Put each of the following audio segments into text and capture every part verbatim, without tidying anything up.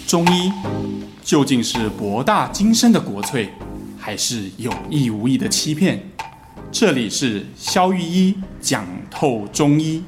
中医究竟是博大精深的国粹，还是有意无意的欺骗？这里是萧御医讲透中医。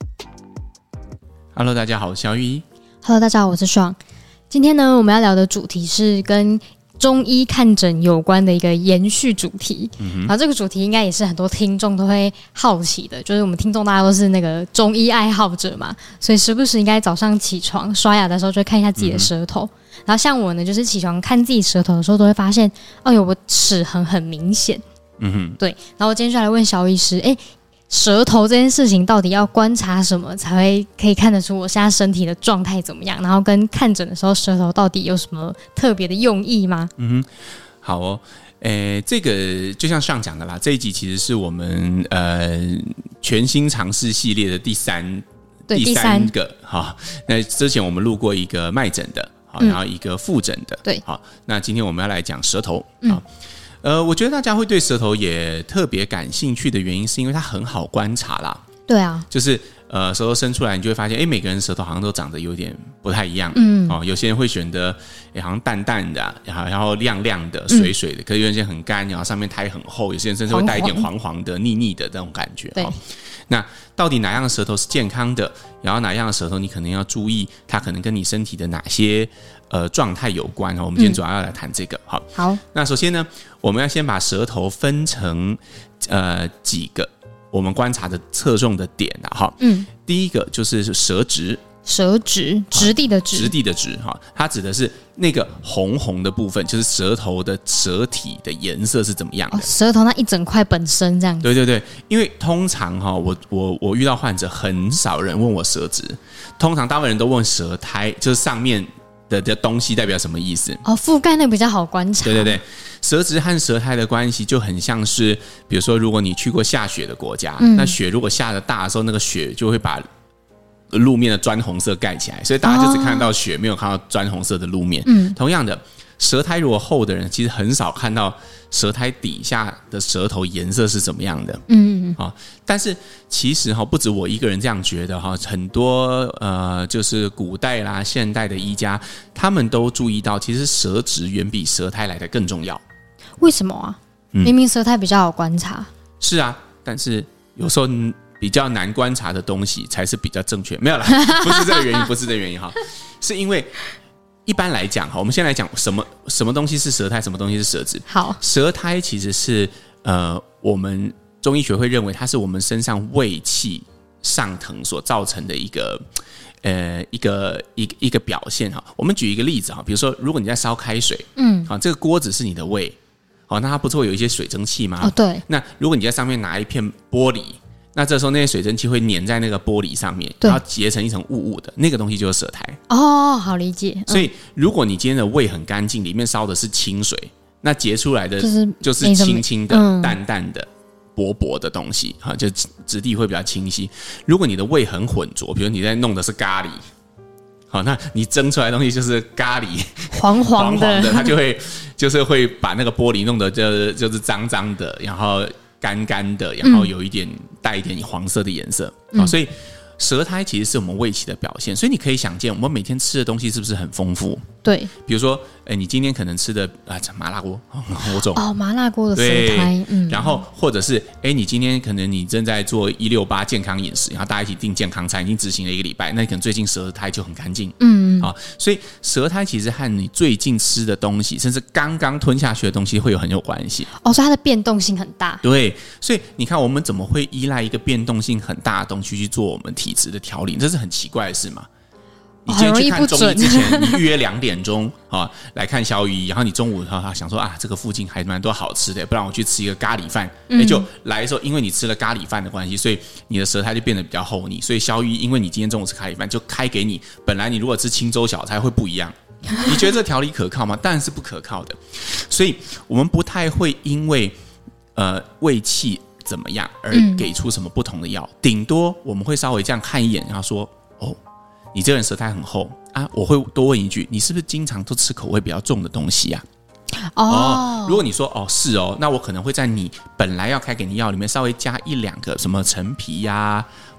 Hello， 大家好，我是萧御医。 Hello， 大家好，我是爽。今天呢，我们要聊的主题是跟中医看诊有关的一个延续主题。嗯、然后这个主题应该也是很多听众都会好奇的，就是我们听众大家都是那个中医爱好者嘛，所以时不时应该早上起床刷牙的时候就会看一下自己的舌头。嗯、然后像我呢，就是起床看自己舌头的时候，都会发现，哦哟，我齿痕很明显。嗯哼，对。然后我今天就来问萧医师，哎，舌头这件事情到底要观察什么才会可以看得出我现在身体的状态怎么样？然后跟看诊的时候舌头到底有什么特别的用意吗？ 嗯哼，好哦。诶，这个就像上讲的啦，这一集其实是我们呃全新尝试系列的第三对第三个哈。那之前我们录过一个脉诊的，好，然后一个复诊的， 对， 好。那今天我们要来讲舌头，嗯。呃，我觉得大家会对舌头也特别感兴趣的原因，是因为它很好观察啦。 对啊， 就是呃，舌头伸出来，你就会发现，哎，每个人舌头好像都长得有点不太一样。嗯，哦，有些人会选择，哎，好像淡淡的，然后亮亮的、水水的；嗯、可是有些人很干，然后上面苔很厚；有些人甚至会带一点黄黄的、腻腻的那种感觉。 对。 哦，那到底哪样的舌头是健康的？然后哪样的舌头你可能要注意，它可能跟你身体的哪些呃状态有关？我们今天主要要来谈这个。好， 好。 那首先呢，我们要先把舌头分成呃几个我们观察的侧重的点啊。哈，嗯，第一个就是舌质。 舌质，质地的质， 质地的质哈，它指的是那个红红的部分，就是舌头的舌体的颜色是怎么样的？ 哦、舌头那一整块本身这样子。 对对对，因为通常哈，我我我遇到患者很少人问我舌质，通常大部分人都问舌苔，就是上面的的东西代表什么意思？ 哦，覆盖那比较好观察。 对对对，舌质和舌苔的关系就很像是，比如说，如果你去过下雪的国家，嗯、那雪如果下得大的时候，那个雪就会把路面的砖红色盖起来，所以大家就只看到雪，哦、没有看到砖红色的路面。嗯，同样的，舌苔如果厚的人，其实很少看到舌苔底下的舌头颜色是怎么样的。嗯，啊，但是其实哈，不止我一个人这样觉得哈，很多呃，就是古代啦、现代的医家，他们都注意到，其实舌质远比舌苔来的更重要。 为什么啊？嗯、明明舌苔比较好观察。 是啊，但是有时候比较难观察的东西才是比较正确，没有啦，不是这个原因，不是这个原因哈，是因为一般来讲哈，我们先来讲什么什么东西是舌苔，什么东西是舌质。 好， 舌苔其实是呃，我们中医学会认为它是我们身上胃气上腾所造成的一个呃一个一个一个表现哈。我们举一个例子哈，比如说如果你在烧开水，嗯，好，这个锅子是你的胃，好，那它不是会有一些水蒸气吗？ 哦，对。 那如果你在上面拿一片玻璃，那这时候那些水蒸气会粘在那个玻璃上面，然后结成一层雾雾的，那个东西就是舌苔。 哦，好理解。 嗯、所以如果你今天的胃很干净，里面烧的是清水，那结出来的就是清清的、嗯、淡淡的、薄薄的东西，就质地会比较清晰。如果你的胃很浑浊，比如你在弄的是咖喱，好，那你蒸出来的东西就是咖喱， 黄黄的，黄黄的， 它就会就是会把那个玻璃弄得就就是脏脏的，然后干干的，然后有一点带一点黄色的颜色。嗯、好，所以舌苔其实是我们胃气的表现，所以你可以想见，我们每天吃的东西是不是很丰富？对，比如说，哎，你今天可能吃的啊麻辣锅，我种哦麻辣锅的舌苔，嗯， 然后或者是哎，你今天可能你正在做一六八健康饮食，然后大家一起订健康餐，已经执行了一个礼拜，那你可能最近舌苔就很干净，嗯，啊，所以舌苔其实和你最近吃的东西，甚至刚刚吞下去的东西会有很有关系。 哦，所以它的变动性很大。 对，所以你看，我们怎么会依赖一个变动性很大的东西去做我们体质的调理？这是很奇怪的事嘛。你今天去看中医之前，你预约两点钟啊来看萧御医，然后你中午哈想说啊，这个附近还蛮多好吃的，不然我去吃一个咖喱饭。嗯、就来的时候，因为你吃了咖喱饭的关系，所以你的舌苔就变得比较厚腻。所以萧御医，因为你今天中午吃咖喱饭，就开给你本来你如果吃清粥小菜会不一样。你觉得这调理可靠吗？当然是不可靠的。所以我们不太会因为呃胃气怎么样而给出什么不同的药，顶、嗯、多我们会稍微这样看一眼，然后说哦。你这个人舌苔很厚啊，我会多问一句，你是不是经常都吃口味比较重的东西啊？哦，哦如果你说哦是哦，那我可能会在你本来要开给你药里面稍微加一两个什么陈皮呀、啊，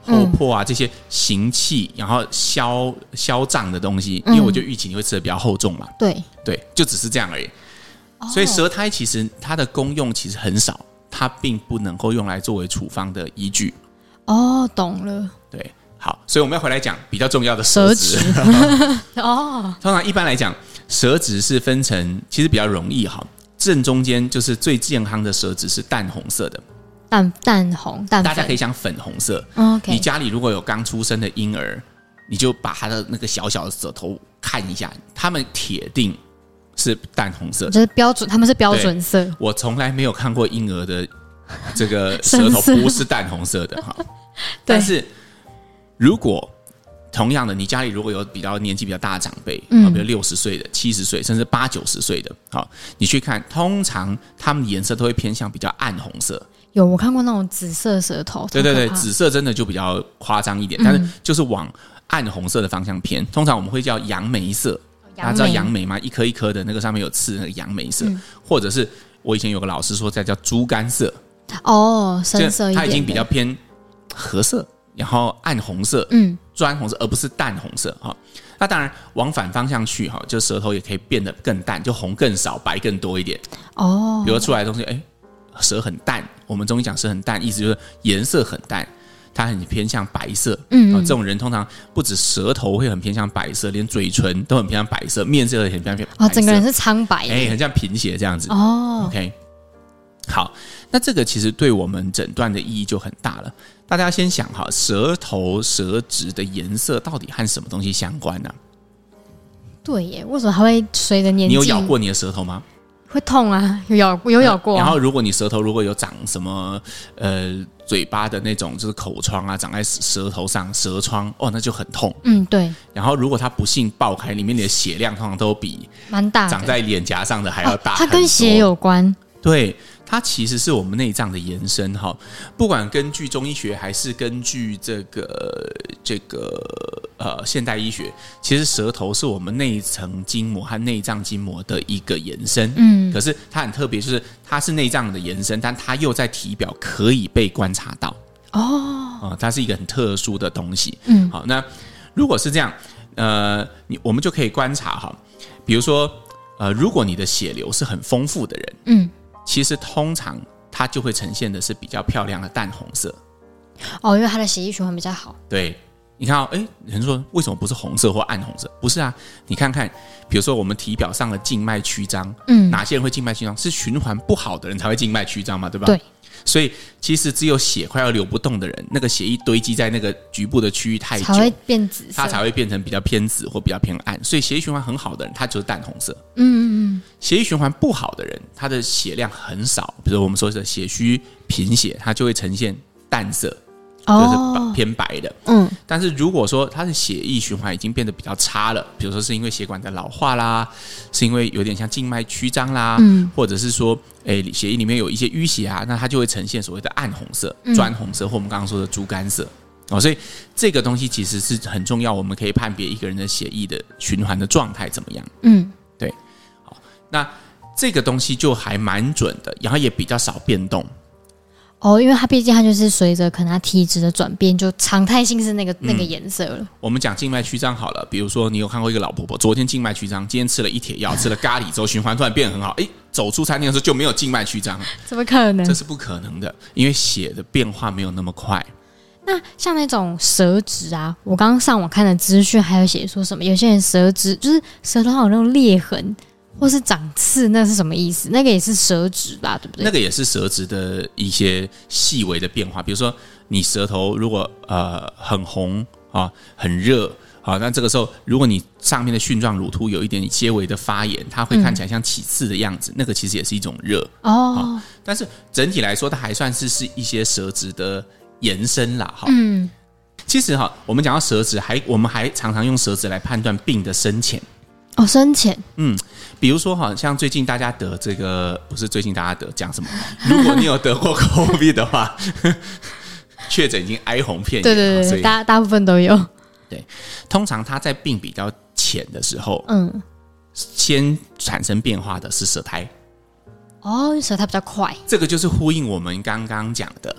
厚破啊、嗯、这些行气，然后消消胀的东西，因为我就预期你会吃的比较厚重嘛。 对对，就只是这样而已。哦、所以舌苔其实它的功用其实很少，它并不能够用来作为处方的依据。 哦，懂了。 对，好，所以我们要回来讲比较重要的舌质。哦，通常一般来讲，舌质是分成，其实比较容易哈。正中间就是最健康的舌质是淡红色的， 淡淡红淡粉， 大家可以想粉红色。 哦 okay、 你家里如果有刚出生的婴儿，你就把他的那个小小的舌头看一下，他们铁定是淡红色， 就是标准，他们是标准色。 我从来没有看过婴儿的这个舌头不是淡红色的哈。但是如果同样的，你家里如果有比较年纪比较大的长辈，嗯，比如六十岁的、七十岁，甚至八九十岁的，好，你去看，通常他们的颜色都会偏向比较暗红色。 有，我看过那种紫色舌头， 对对对，紫色真的就比较夸张一点，但是就是往暗红色的方向偏。通常我们会叫杨梅色，大家知道杨梅吗？一颗一颗的那个上面有刺，那个杨梅色，嗯、或者是我以前有个老师说，这叫猪肝色。 哦，深色一点的， 它已经比较偏褐色，然后暗红色，嗯，砖红色，而不是淡红色哈。那当然往反方向去哈，就舌头也可以变得更淡，就红更少，白更多一点。哦，比如出来的东西，哎，舌很淡，我们中医讲舌很淡，意思就是颜色很淡，它很偏向白色。嗯, 嗯、啊，这种人通常不止舌头会很偏向白色，连嘴唇都很偏向白色，面色也很偏向白色。 哦，整个人是苍白的， 哎，很像贫血这样子。哦 ，OK。好，那这个其实对我们诊断的意义就很大了。大家先想哈，舌头、舌质的颜色到底和什么东西相关呢、啊？ 对耶，为什么还会随着年纪？ 你有咬过你的舌头吗？ 会痛啊，有咬有咬过、啊。 然后，如果你舌头如果有长什么呃嘴巴的那种就是口疮啊，长在舌头上舌疮，哦，那就很痛。嗯，对。然后，如果它不幸爆开，里面的血量通常都比蛮大的， 长在脸颊上的还要大、哦。 它跟血有关。 对，它其实是我们内脏的延伸哈。不管根据中医学还是根据这个这个呃现代医学，其实舌头是我们内层筋膜和内脏筋膜的一个延伸。嗯，可是它很特别，就是它是内脏的延伸，但它又在体表可以被观察到。哦，呃、它是一个很特殊的东西。嗯，好，那如果是这样，呃，你我们就可以观察哈，比如说呃，如果你的血流是很丰富的人，嗯。其实通常它就会呈现的是比较漂亮的淡红色哦，因为它的血液循环比较好。 对，你看哦，哎，人说为什么不是红色或暗红色？不是啊，你看看，比如说我们体表上的静脉曲张，嗯，哪些人会静脉曲张？是循环不好的人才会静脉曲张嘛，对吧？对。所以其实只有血快要流不动的人，那个血液堆积在那个局部的区域太久， 才会变紫色， 它才会变成比较偏紫或比较偏暗。所以血液循环很好的人，他就是淡红色。嗯嗯嗯。血液循环不好的人，他的血量很少，比如我们说的血虚贫血，它就会呈现淡色，就是偏白的。嗯。但是如果说他的血液循环已经变得比较差了，比如说是因为血管的老化啦，是因为有点像静脉曲张啦，嗯，或者是说，诶，血液里面有一些淤血啊，那它就会呈现所谓的暗红色、砖红色，或我们刚刚说的猪肝色。哦，所以这个东西其实是很重要，我们可以判别一个人的血液的循环的状态怎么样。嗯，对。好，那这个东西就还蛮准的，然后也比较少变动。 哦，因为它毕竟它就是随着可能它体质的转变，就常态性是那个、嗯、那个颜色了。 我们讲静脉曲张好了，比如说你有看过一个老婆婆，昨天静脉曲张，今天吃了一帖药，吃了咖喱之后循环突然变得很好，哎，走出餐厅的时候就没有静脉曲张， 怎么可能？ 这是不可能的，因为血的变化没有那么快。 那像那种舌质啊，我刚刚上网看的资讯还有写说什么，有些人舌质就是舌头有那种裂痕。或是长刺，那是什么意思？那个也是舌质吧，对不对？ 那个也是舌质的一些细微的变化，比如说你舌头如果呃很红啊、很热啊，那这个时候如果你上面的蕈状乳突有一点些微的发炎，它会看起来像起刺的样子，嗯、那个其实也是一种热哦、啊。但是整体来说，它还算是是一些舌质的延伸啦，哈。嗯，其实哈，我们讲到舌质，还我们还常常用舌质来判断病的深浅。 哦，深浅， 嗯，比如说哈，像最近大家得这个，不是最近大家得讲什么？如果你有得过 COVID 的话，确诊已经哀鸿遍野， 对对对，大大部分都有。 对，通常它在病比较浅的时候，嗯，先产生变化的是舌苔。 哦，舌苔比较快， 这个就是呼应我们刚刚讲的，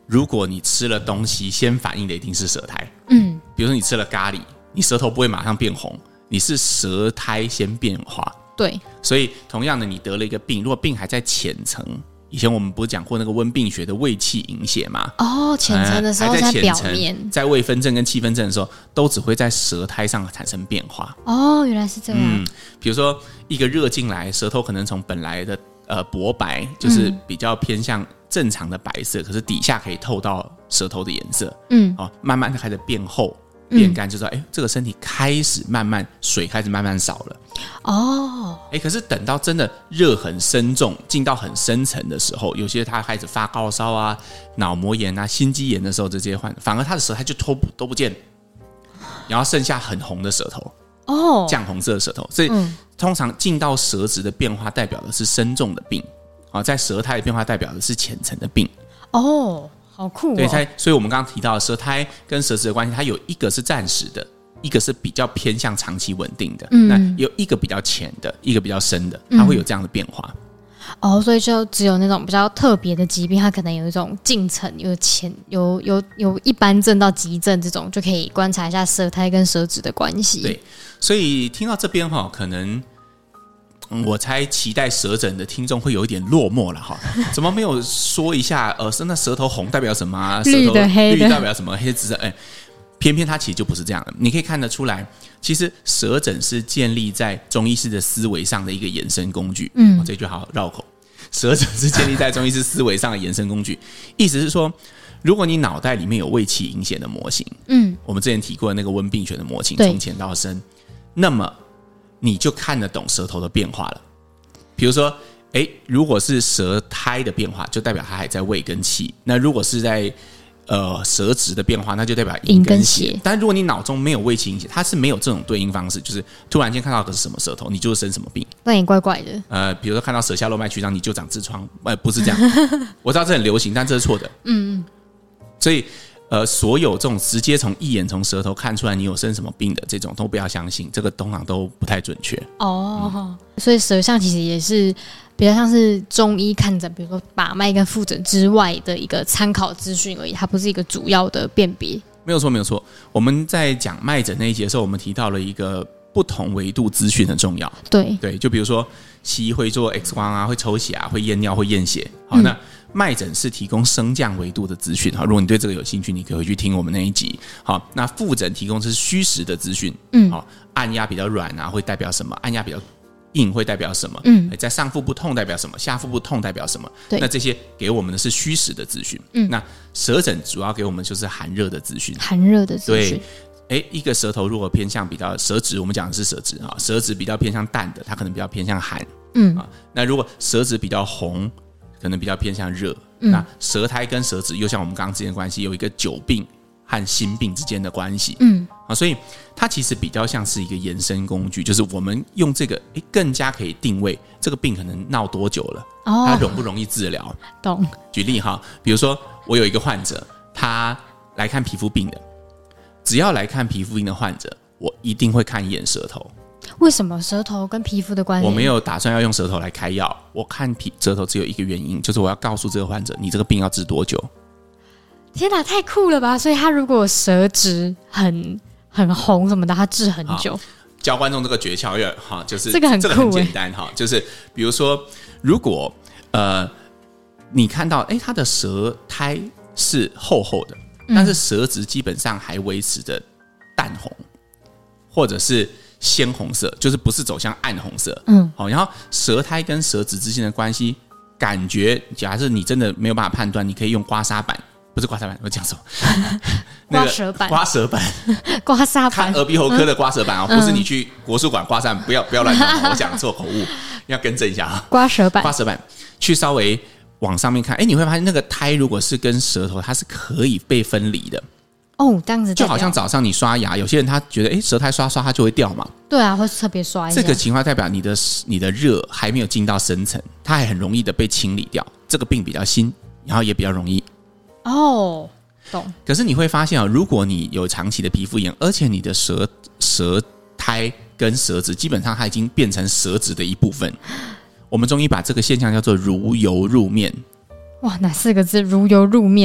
如果你吃了东西，先反应的一定是舌苔。 嗯， 比如说你吃了咖喱，你舌头不会马上变红，你是舌苔先变化。 对， 所以同样的，你得了一个病，如果病还在浅层，以前我们不是讲过那个温病学的胃气营血吗？ 哦，浅层的时候在表面， 在胃分症跟气分症的时候，都只会在舌苔上产生变化。 哦，原来是这样。嗯， 比如说一个热进来，舌头可能从本来的呃薄白，就是比较偏向正常的白色，嗯、可是底下可以透到舌头的颜色。嗯，哦，慢慢的开始变厚。变干就知道，哎、欸，这个身体开始慢慢水开始慢慢少了。哦，哎、欸，可是等到真的热很深重，进到很深层的时候，有些他开始发高烧啊、脑膜炎啊、心肌炎的时候，这些患反而他的舌苔就都不都不见，然后剩下很红的舌头。哦，酱红色的舌头，所以、嗯、通常进到舌质的变化代表的是深重的病啊，在舌苔的变化代表的是浅层的病。 哦。好酷哦！ 对，所以我们刚刚提到的舌苔跟舌质的关系，它有一个是暂时的，一个是比较偏向长期稳定的。嗯，那有一个比较浅的，一个比较深的，它会有这样的变化。 嗯、哦，所以就只有那种比较特别的疾病，它可能有一种进程，有浅，有有有一般症到急症这种，就可以观察一下舌苔跟舌质的关系。 对，所以听到这边哈，可能。我猜期待舌诊的听众会有一点落寞了哈，怎么没有说一下？呃，那舌头红代表什么、啊？ 绿的、黑的绿代表什么？黑紫的？哎，偏偏它其实就不是这样的。你可以看得出来，其实舌诊是建立在中医师的思维上的一个衍生工具。嗯，这句好绕口。舌诊是建立在中医师思维上的衍生工具，意思是说，如果你脑袋里面有胃气营血的模型，嗯，我们之前提过的那个温病学的模型，从浅到深，那么。你就看得懂舌头的变化了。比如说，哎，如果是舌苔的变化，就代表它还在胃跟气；那如果是在呃舌质的变化，那就代表阴跟血。但如果你脑中没有胃气阴血，它是没有这种对应方式，就是突然间看到的是什么舌头，你就是生什么病。 那也怪怪的。 呃，比如说看到舌下漏脉曲张，你就长痔疮，呃，不是这样。我知道这很流行，但这是错的。嗯嗯。所以。呃，所有这种直接从一眼从舌头看出来你有生什么病的这种都不要相信，这个通常都不太准确哦、嗯。所以舌象其实也是比较像是中医看诊，比如说把脉跟复诊之外的一个参考资讯而已，它不是一个主要的辨别。 没有错，没有错。我们在讲脉诊那一节的时候，我们提到了一个不同维度资讯的重要。 对对，就比如说西医会做 X 光啊，会抽血啊，会验尿，会验血。好，嗯、那脉诊是提供升降维度的资讯。好，如果你对这个有兴趣，你可以回去听我们那一集。好，那复诊提供的是虚实的资讯。嗯，好，按压比较软啊，会代表什么？按压比较硬会代表什么？嗯，在上腹部痛代表什么？下腹部痛代表什么？对，那这些给我们的是虚实的资讯。嗯，那舌诊主要给我们就是寒热的资讯。 寒热的资讯。 对，哎，一个舌头如果偏向比较舌质，我们讲的是舌质啊，舌质比较偏向淡的，它可能比较偏向寒。嗯啊，那如果舌质比较红，可能比较偏向热。嗯、那舌苔跟舌质又像我们刚刚之间的关系，有一个久病和心病之间的关系。嗯啊，所以它其实比较像是一个延伸工具，就是我们用这个诶更加可以定位这个病可能闹多久了，哦、它容不容易治疗？ 懂。 举例哈，比如说我有一个患者，他来看皮肤病的，只要来看皮肤病的患者，我一定会看一眼舌头。 为什么舌头跟皮肤的关联？ 我没有打算要用舌头来开药，我看皮舌头只有一个原因，就是我要告诉这个患者，你这个病要治多久。 天哪，太酷了吧！所以他如果舌质很很红什么的，他治很久。 教观众这个诀窍，哈，就是这个很酷、欸， 这个很简单哈，就是比如说，如果呃你看到哎他的舌苔是厚厚的，但是舌质基本上还维持着淡红，或者是鲜红色，就是不是走向暗红色。嗯，好，然后舌苔跟舌质之间的关系，感觉假设你真的没有办法判断，你可以用刮痧板，不是刮痧板，我讲什么？那个刮舌板， 刮舌板， 刮痧板， 看耳鼻喉科的刮舌板啊、嗯，不是你去国术馆刮痧板，不要不要乱讲，我讲错口误，要更正一下啊。 刮舌板， 刮舌板，去稍微往上面看，哎，你会发现那个苔如果是跟舌头，它是可以被分离的。 哦，这样子就好像早上你刷牙，有些人他觉得哎舌苔刷刷它就会掉嘛， 对啊，会特别刷一下。 这个情况代表你的你的热还没有进到深层，它还很容易的被清理掉。这个病比较新，然后也比较容易。 哦，懂。 可是你会发现啊，如果你有长期的皮肤炎，而且你的舌舌苔跟舌质基本上它已经变成舌质的一部分，我们中医把这个现象叫做如油入面。 哇，哪四个字？如油入面。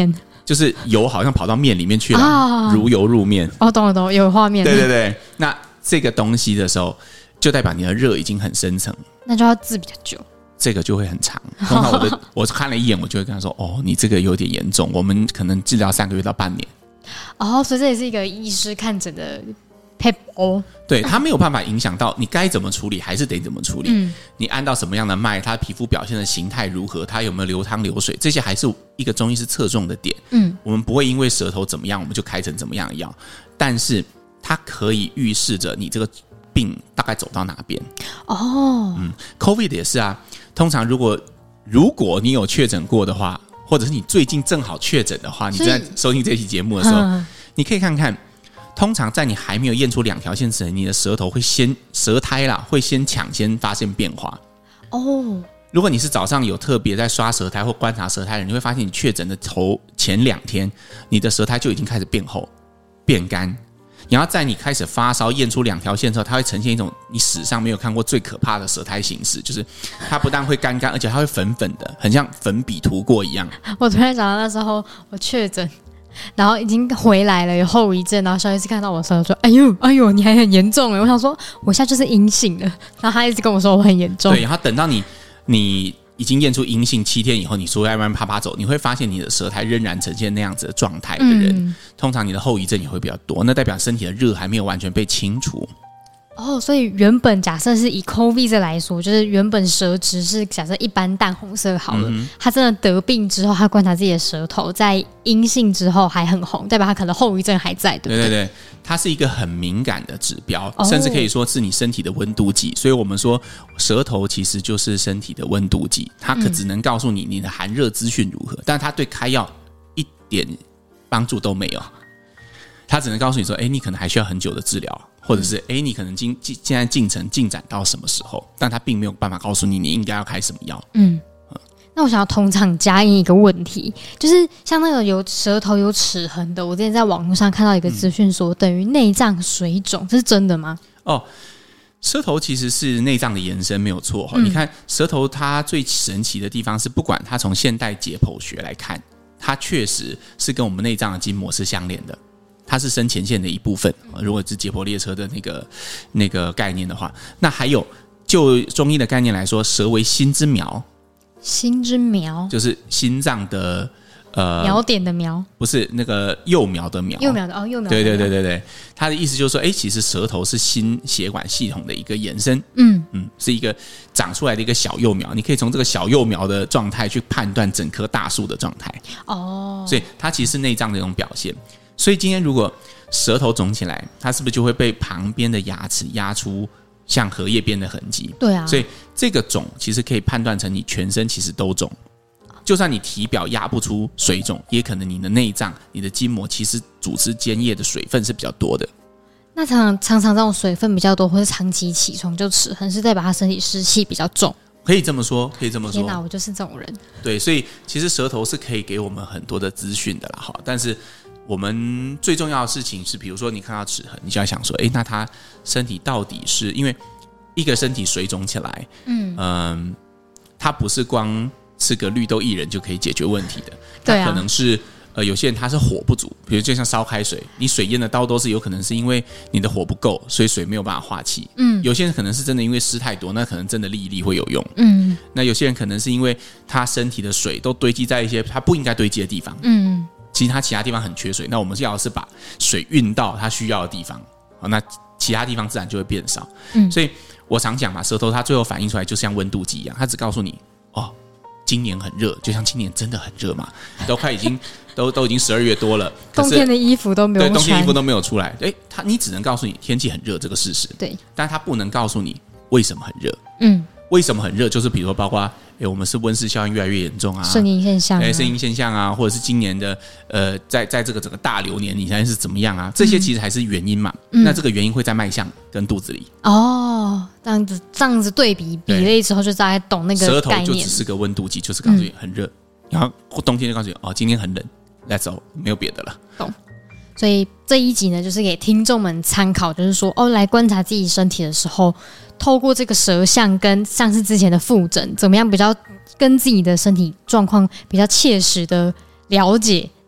就是油好像跑到面里面去了， 啊、 如油入面。 哦，懂了懂了，有画面。 对对对，那这个东西的时候，就代表你的热已经很深层， 那就要治比较久。 这个就会很长。通常我的我看了一眼，我就会跟他说：“哦，你这个有点严重，我们可能治疗三个月到半年。” 哦，所以这也是一个医师看诊的 paper。 对，他没有办法影响到你该怎么处理，还是得怎么处理。嗯，你按到什么样的脉，他皮肤表现的形态如何，他有没有流汤流水，这些还是一个中医师侧重的点。嗯，我们不会因为舌头怎么样，我们就开成怎么样的药，但是它可以预示着你这个病大概走到哪边。哦，嗯 ，COVID 也是啊。通常如果如果你有确诊过的话，或者是你最近正好确诊的话，你在收听这期节目的时候，你可以看看，通常在你还没有验出两条线之前，你的舌头会先舌苔啦，会先抢先发现变化。哦，如果你是早上有特别在刷舌苔或观察舌苔的人，你会发现你确诊的头前两天，你的舌苔就已经开始变厚、变干。然后在你开始发烧验出两条线之后，它会呈现一种你史上没有看过最可怕的舌苔形式，就是它不但会干干，而且它会粉粉的，很像粉笔涂过一样。 我突然想到那时候我确诊，然后已经回来了，有后遗症，然后肖医师看到我的时候说：“哎呦，哎呦，你还很严重哎！”我想说，我现在就是阴性了，然后他一直跟我说我很严重。 对，然后等到你你已经验出阴性七天以后，你出来慢慢啪啪走，你会发现你的舌苔仍然呈现那样子的状态的人，嗯、通常你的后遗症也会比较多，那代表身体的热还没有完全被清除。 哦，所以原本假设是以 COVID 来说，就是原本舌质是假设一般淡红色好了，嗯、他真的得病之后，他观察自己的舌头在阴性之后还很红，代表他可能后遗症还在，对不对？ 对对对，它是一个很敏感的指标，哦、甚至可以说是你身体的温度计。所以我们说舌头其实就是身体的温度计，它可只能告诉你你的寒热资讯如何，嗯、但它对开药一点帮助都没有。它只能告诉你说，哎，你可能还需要很久的治疗，或者是哎、嗯，你可能进现在进程进展到什么时候，但它并没有办法告诉你你应该要开什么药。嗯， 嗯那我想要同场加印一个问题，就是像那个有舌头有齿痕的，我之前在网络上看到一个资讯说，嗯、等于内脏水肿，这是真的吗？ 哦，舌头其实是内脏的延伸，没有错。嗯、你看舌头，它最神奇的地方是，不管它从现代解剖学来看，它确实是跟我们内脏的筋膜是相连的。它是生前线的一部分。如果是解剖列车的那个那个概念的话，那还有就中医的概念来说，舌为心之苗， 心之苗就是心脏的呃苗点的苗， 不是那个幼苗的苗， 幼苗的哦，幼苗的苗。 对对对对对，他的意思就是说，哎，其实舌头是心血管系统的一个延伸， 嗯嗯，是一个长出来的一个小幼苗，你可以从这个小幼苗的状态去判断整棵大树的状态。哦，所以它其实是内脏的一种表现。所以今天如果舌头肿起来，它是不是就会被旁边的牙齿压出像荷叶边的痕迹？ 对啊， 所以这个肿其实可以判断成你全身其实都肿。就算你体表压不出水肿，也可能你的内脏、你的筋膜其实组织间液的水分是比较多的。 那常常常常这种水分比较多，或者长期起床就齿痕，是代表他身体湿气比较重。 可以这么说，可以这么说。 天哪，我就是这种人。 对，所以其实舌头是可以给我们很多的资讯的啦，哈，但是。我们最重要的事情是，比如说你看到齿痕，你就要想说，哎，那他身体到底是因为一个身体水肿起来，嗯嗯，它不是光吃个绿豆薏仁就可以解决问题的，它可能是、啊、呃有些人他是火不足，比如就像烧开水，你水淹的刀都是有可能是因为你的火不够，所以水没有办法化气，嗯，有些人可能是真的因为湿太多，那可能真的沥一沥会有用，嗯，那有些人可能是因为他身体的水都堆积在一些他不应该堆积的地方，嗯。其实它其他地方很缺水，那我们要的是把水运到它需要的地方，那其他地方自然就会变少。嗯，所以我常讲嘛，舌头它最后反映出来就像温度计一样，它只告诉你哦，今年很热，就像今年真的很热嘛，都快已经都都已经十二月多了， 冬天的衣服都没有穿， 对，冬天衣服都没有出来，哎，它你只能告诉你天气很热这个事实， 对， 但它不能告诉你为什么很热， 嗯。 为什么很热？就是比如说，包括诶，我们是温室效应越来越严重啊， 圣婴现象、啊， 诶，圣婴现象啊，或者是今年的呃，在在这个整个大流年里现在是怎么样啊？这些其实还是原因嘛。嗯、那这个原因会在脉象跟肚子里。 哦，这样子这样子对比比类之后，就大概懂那个概念。 舌头就只是个温度计，就是告诉你很热，嗯、然后冬天就告诉你哦，今天很冷 ，That's all， 没有别的了。 懂。所以这一集呢，就是给听众们参考，就是说哦，来观察自己身体的时候，透过这个舌象跟像是之前的复诊，怎么样比较跟自己的身体状况比较切实的了解，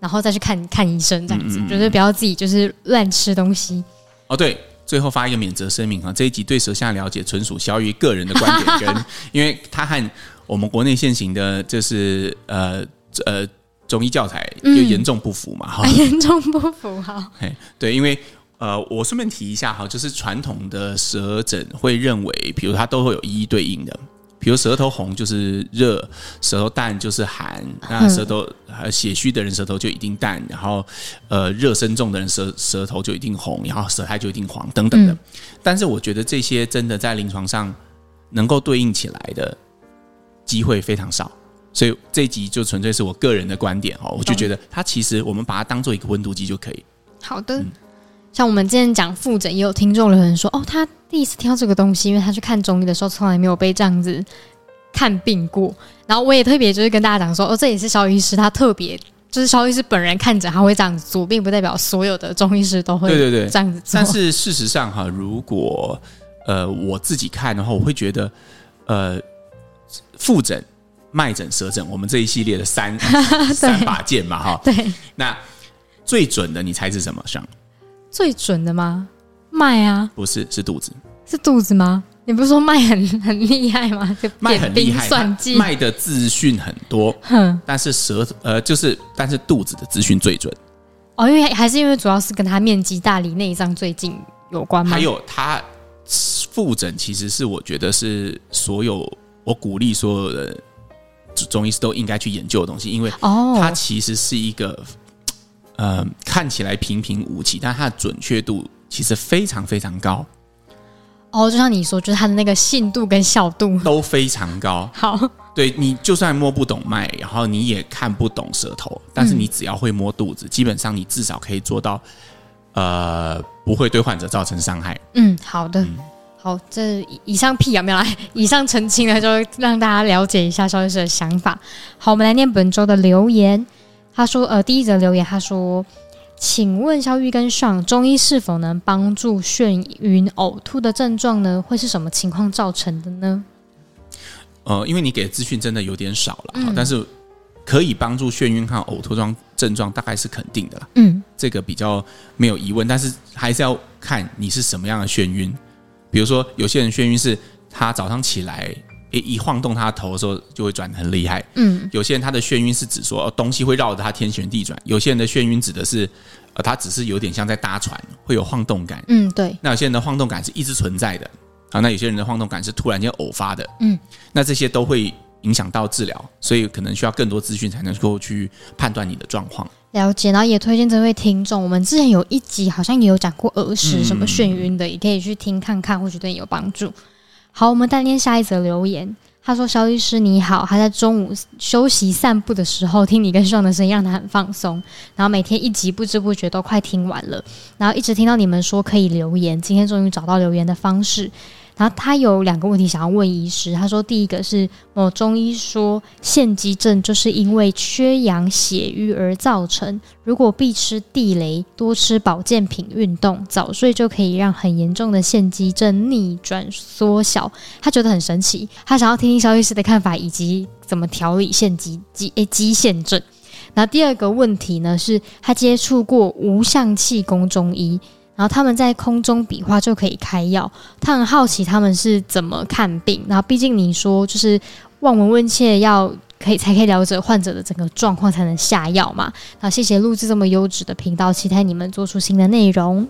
然后再去看看医生这样子，嗯嗯嗯就是不要自己就是乱吃东西。 哦，对，最后发一个免责声明哈，这一集对舌象了解纯属小雨个人的观点，跟因为他和我们国内现行的就是呃呃中医教材就严重不符嘛，哈、 嗯，严重不符哈。 对，因为呃，我顺便提一下哈，就是传统的舌诊会认为，比如它都会有一一对应的。比如舌头红就是热，舌头淡就是寒。那舌头血虚的人舌头就一定淡，然后呃热身重的人舌舌头就一定红，然后舌苔就一定黄等等的。嗯、但是我觉得这些真的在临床上能够对应起来的机会非常少，所以这一集就纯粹是我个人的观点哦。我就觉得它其实我们把它当做一个温度计就可以。 好的。嗯，像我们之前讲复诊，也有听众有人说，哦，他第一次听到这个东西，因为他去看中医的时候，从来没有被这样子看病过。然后我也特别就是跟大家讲说，哦，这也是肖医师他特别，就是肖医师本人看诊他会这样子做，并不代表所有的中医师都会这样子做。 对对对。但是事实上哈，如果呃我自己看的话，我会觉得呃复诊、脉诊、舌诊，我们这一系列的三三把剑嘛哈。 对。 那最准的，你猜是什么？上最准的吗？脉啊？ 不是，是肚子。 是肚子吗？你不是说脉很很厉害吗？ 脉很厉害， 算计脉的资讯很多，但是舌呃就是但是肚子的资讯最准。 哦，因为还是因为主要是跟它面积大、离内脏最近有关吗？ 还有它复诊其实是我觉得是所有我鼓励所有的中医师都应该去研究的东西，因为它其实是一个。呃，看起来平平无奇，但它的准确度其实非常非常高。 哦，就像你说，就是它的那个信度跟效度都非常高。 好， 对，你就算摸不懂脉，然后你也看不懂舌头，但是你只要会摸肚子，嗯、基本上你至少可以做到，呃，不会对患者造成伤害。 嗯，好的，嗯、好，这以上辟谣没有啦，以上澄清了，就让大家了解一下肖医师的想法。好，我们来念本周的留言。他说：“呃，第一则留言，他说，请问肖玉跟上中医是否能帮助眩晕、呕吐的症状呢？会是什么情况造成的呢？” 呃，因为你给的资讯真的有点少了，嗯、但是可以帮助眩晕和呕吐症症状，大概是肯定的啦。嗯，这个比较没有疑问，但是还是要看你是什么样的眩晕。比如说，有些人眩晕是他早上起来。一晃动他的头的时候就会转得很厉害。嗯，有些人他的眩晕是指说、哦、东西会绕着他天旋地转，有些人的眩晕指的是呃，他只是有点像在搭船，会有晃动感。 嗯，对。 那有些人的晃动感是一直存在的，啊，那有些人的晃动感是突然间偶发的。嗯，那这些都会影响到治疗，所以可能需要更多资讯才能够去判断你的状况。 了解，然后也推荐这位听众，我们之前有一集好像也有讲过儿时什么眩晕的，嗯、也可以去听看看，或许对你有帮助。好，我们再念下一则留言。他说：“肖医师你好，他在中午休息散步的时候，听你跟爽的声音让他很放松。然后每天一集不知不觉都快听完了，然后一直听到你们说可以留言，今天终于找到留言的方式。然后他有两个问题想要问医师。他说，第一个是某中医说腺肌症就是因为缺氧血瘀而造成，如果必吃地雷，多吃保健品，运动，早睡就可以让很严重的腺肌症逆转缩小。他觉得很神奇，他想要听听肖医师的看法以及怎么调理腺肌肌诶肌腺症。然后第二个问题呢，是他接触过无相气功中医。”然后他们在空中比划就可以开药，他很好奇他们是怎么看病。然后毕竟你说就是望闻问切要可以才可以了解患者的整个状况才能下药嘛。然后谢谢录制这么优质的频道，期待你们做出新的内容。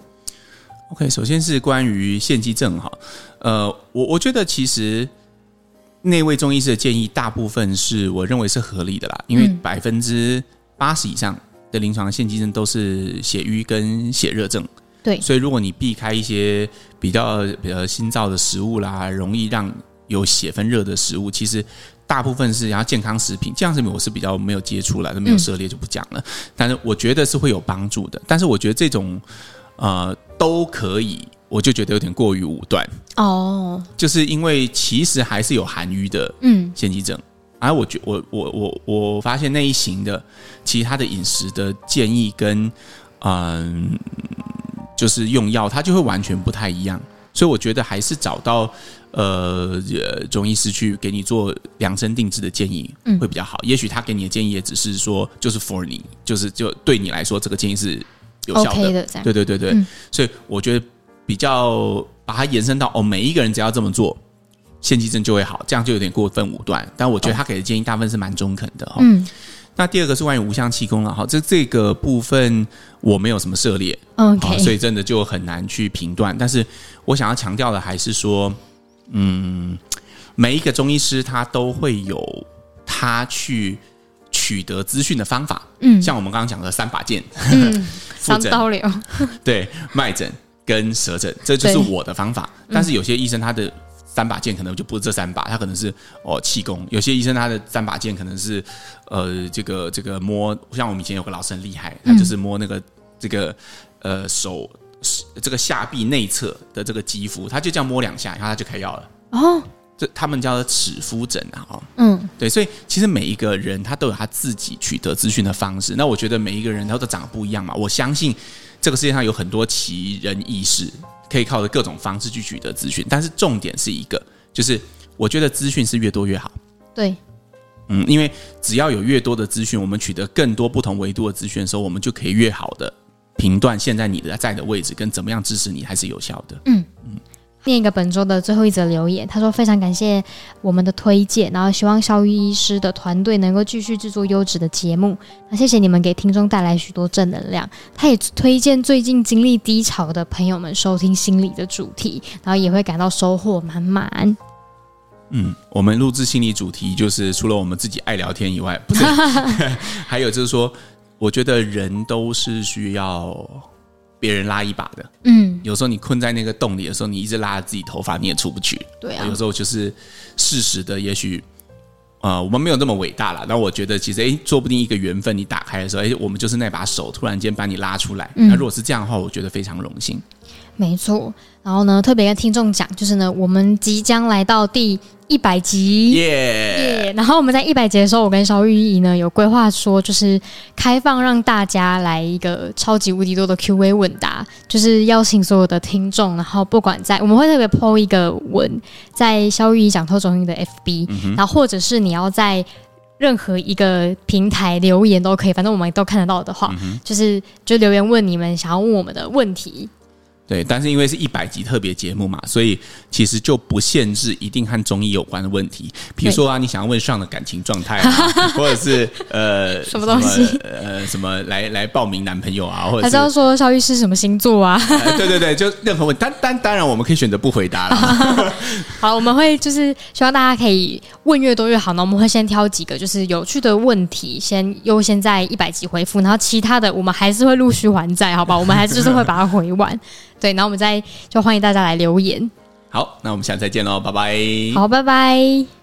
OK， 首先是关于腺肌症哈，呃，我我觉得其实那位中医师的建议大部分是我认为是合理的啦，因为百分之八十以上的临床腺肌症都是血瘀跟血热症。 对， 所以如果你避开一些比较比较新造的食物啦，容易让有血分热的食物，其实大部分是然后健康食品，健康食品我是比较没有接触啦，没有涉猎就不讲了。嗯、但是我觉得是会有帮助的，但是我觉得这种呃都可以，我就觉得有点过于武断哦，就是因为其实还是有含瘀的腺肌症。嗯而我觉我我我我发现那一型的，其实他的饮食的建议跟嗯。就是用药它就会完全不太一样， 所以我觉得还是找到呃中医师去给你做量身定制的建议会比较好。嗯、也许他给你的建议也只是说，就是 for 你，就是就对你来说这个建议是有效的。 OK 的，这样。 对对对对，嗯、所以我觉得比较把它延伸到哦，每一个人只要这么做，腺肌症就会好，这样就有点过分武断。但我觉得他给的建议大部分是蛮中肯的哈。嗯。那第二个是关于无相气功了哈，这这个部分我没有什么涉猎 ，OK， 所以真的就很难去评断。但是我想要强调的还是说，嗯，每一个中医师他都会有他去取得资讯的方法，嗯，像我们刚刚讲的三把剑， 嗯，三刀流， 对，脉诊跟舌诊，这就是我的方法。但是有些医生他的三把剑可能就不是这三把，他可能是哦气功。有些医生他的三把剑可能是呃这个这个摸，像我们以前有个老师很厉害，他就是摸那个这个呃手这个下臂内侧的这个肌肤，他就这样摸两下，然后他就开药了。哦，这他们叫做尺肤诊啊，哦，嗯，对，所以其实每一个人他都有他自己取得资讯的方式。那我觉得每一个人他都长得不一样嘛，我相信这个世界上有很多奇人异事。可以靠着各种方式去取得资讯，但是重点是一个，就是我觉得资讯是越多越好。 对， 嗯，因为只要有越多的资讯，我们取得更多不同维度的资讯的时候，我们就可以越好的评断现在你的在的位置跟怎么样支持你还是有效的。嗯嗯。 念一个本周的最后一则留言，他说非常感谢我们的推荐，然后希望肖玉医师的团队能够继续制作优质的节目。那谢谢你们给听众带来许多正能量。他也推荐最近经历低潮的朋友们收听心理的主题，然后也会感到收获满满。 嗯，我们录制心理主题就是除了我们自己爱聊天以外，不是还有就是说，我觉得人都是需要别人拉一把的，嗯，有时候你困在那个洞里的时候，你一直拉着自己头发，你也出不去。 对啊， 有时候就是适时的，也许，呃，我们没有那么伟大啦，但我觉得其实，哎，说不定一个缘分你打开的时候，哎，我们就是那把手突然间把你拉出来。嗯、那如果是这样的话，我觉得非常荣幸。 没错，然后呢，特别跟听众讲，就是呢，我们即将来到第一百集， 耶！ 然后我们在一百集的时候，我跟肖玉怡呢有规划说，就是开放让大家来一个超级无敌多的 Q A 问答，就是邀请所有的听众，然后不管在我们会特别 po 一个文在肖玉怡讲透中医的 F B，嗯、然后或者是你要在任何一个平台留言都可以，反正我们都看得到的话，嗯、就是就留言问你们想要问我们的问题。 对，但是因为是一百集特别节目嘛，所以其实就不限制一定和中医有关的问题。比如说啊，你想要问上的感情状态啊，或者是呃什么东西呃什么来来报名男朋友啊，或者是还是要说肖玉是什么星座啊？ 呃、对对对，就任何问题，但但当然我们可以选择不回答啦。 好，我们会就是希望大家可以问越多越好呢。我们会先挑几个就是有趣的问题，先优先在一百集回复，然后其他的我们还是会陆续还债，好吧？我们还是就是会把它回完。对，然后我们再就欢迎大家来留言。 好，那我们下次再见喽，拜拜。 好，拜拜。